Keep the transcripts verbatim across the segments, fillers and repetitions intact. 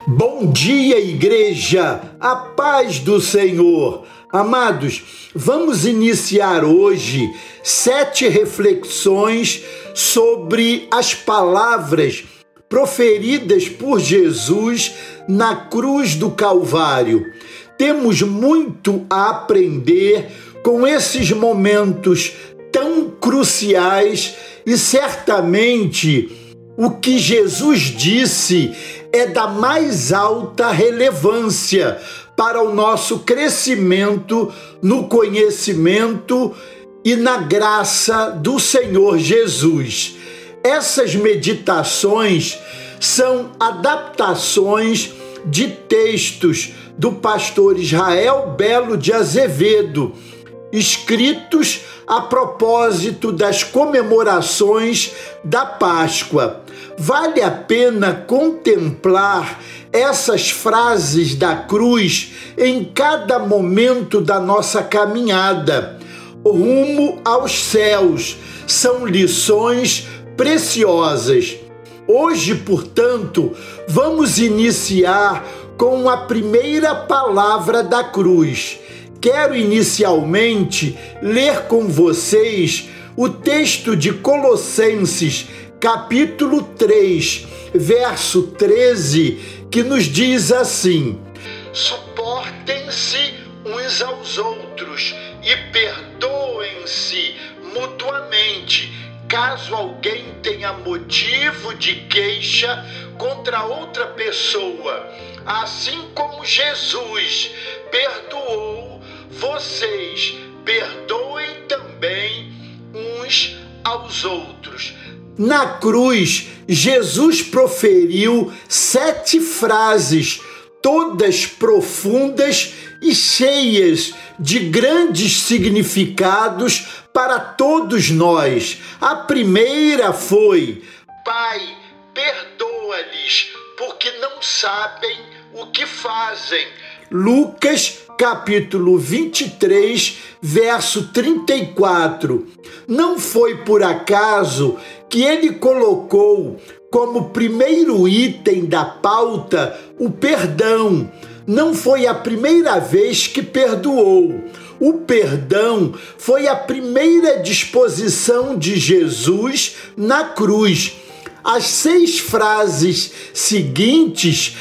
Bom dia, igreja! A paz do Senhor! Amados, vamos iniciar hoje sete reflexões sobre as palavras proferidas por Jesus na cruz do Calvário. Temos muito a aprender com esses momentos tão cruciais e certamente o que Jesus disse é da mais alta relevância para o nosso crescimento no conhecimento e na graça do Senhor Jesus. Essas meditações são adaptações de textos do pastor Israel Belo de Azevedo, escritos a propósito das comemorações da Páscoa. Vale a pena contemplar essas frases da cruz em cada momento da nossa caminhada rumo aos céus. São lições preciosas. Hoje, portanto, vamos iniciar com a primeira palavra da cruz. Quero inicialmente ler com vocês o texto de Colossenses, capítulo três, verso treze, que nos diz assim: suportem-se uns aos outros e perdoem-se mutuamente, caso alguém tenha motivo de queixa contra outra pessoa, assim como Jesus perdoou vocês, perdoem também uns aos outros. Na cruz, Jesus proferiu sete frases, todas profundas e cheias de grandes significados para todos nós. A primeira foi: Pai, perdoa-lhes, porque não sabem o que fazem. Lucas, capítulo vinte e três, verso trinta e quatro. Não foi por acaso que ele colocou como primeiro item da pauta o perdão. Não foi a primeira vez que perdoou. O perdão foi a primeira disposição de Jesus na cruz. As seis frases seguintes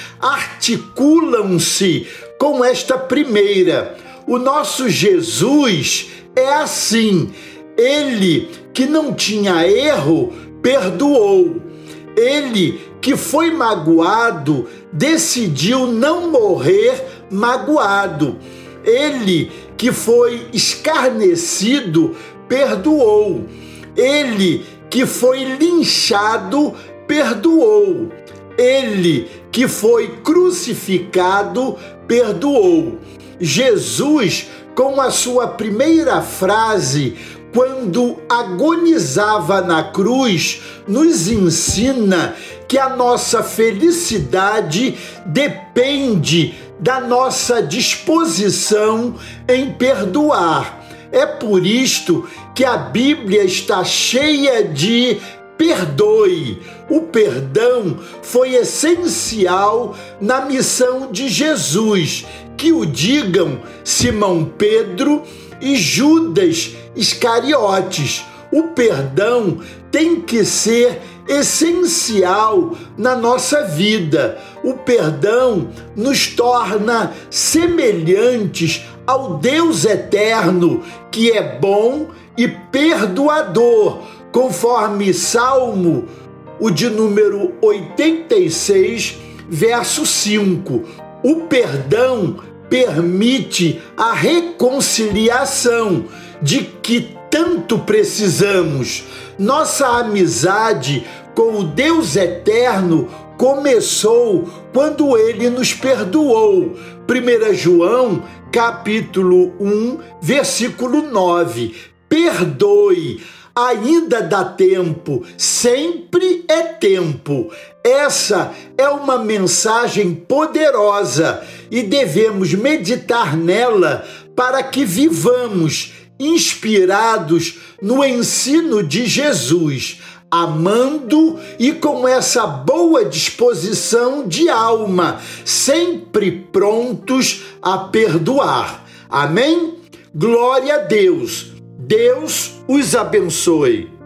articulam-se com esta primeira. O nosso Jesus é assim. Ele que não tinha erro, perdoou. Ele que foi magoado, decidiu não morrer magoado. Ele que foi escarnecido, perdoou. Ele que foi linchado, perdoou. Ele que foi crucificado, perdoou. Jesus, com a sua primeira frase, quando agonizava na cruz, nos ensina que a nossa felicidade depende da nossa disposição em perdoar. É por isto que a Bíblia está cheia de perdoe. O perdão foi essencial na missão de Jesus. Que o digam Simão Pedro e Judas Iscariotes. O perdão tem que ser essencial na nossa vida. O perdão nos torna semelhantes ao Deus eterno, que é bom e perdoador, conforme Salmo, o de número oitenta e seis, verso cinco. O perdão permite a reconciliação de que tanto precisamos. Nossa amizade com o Deus eterno começou quando ele nos perdoou. primeira João, capítulo um, versículo nove. Perdoe, ainda dá tempo, sempre é tempo. Essa é uma mensagem poderosa e devemos meditar nela para que vivamos inspirados no ensino de Jesus. amando e com essa boa disposição de alma, sempre prontos a perdoar. Amém? Glória a Deus. Deus os abençoe.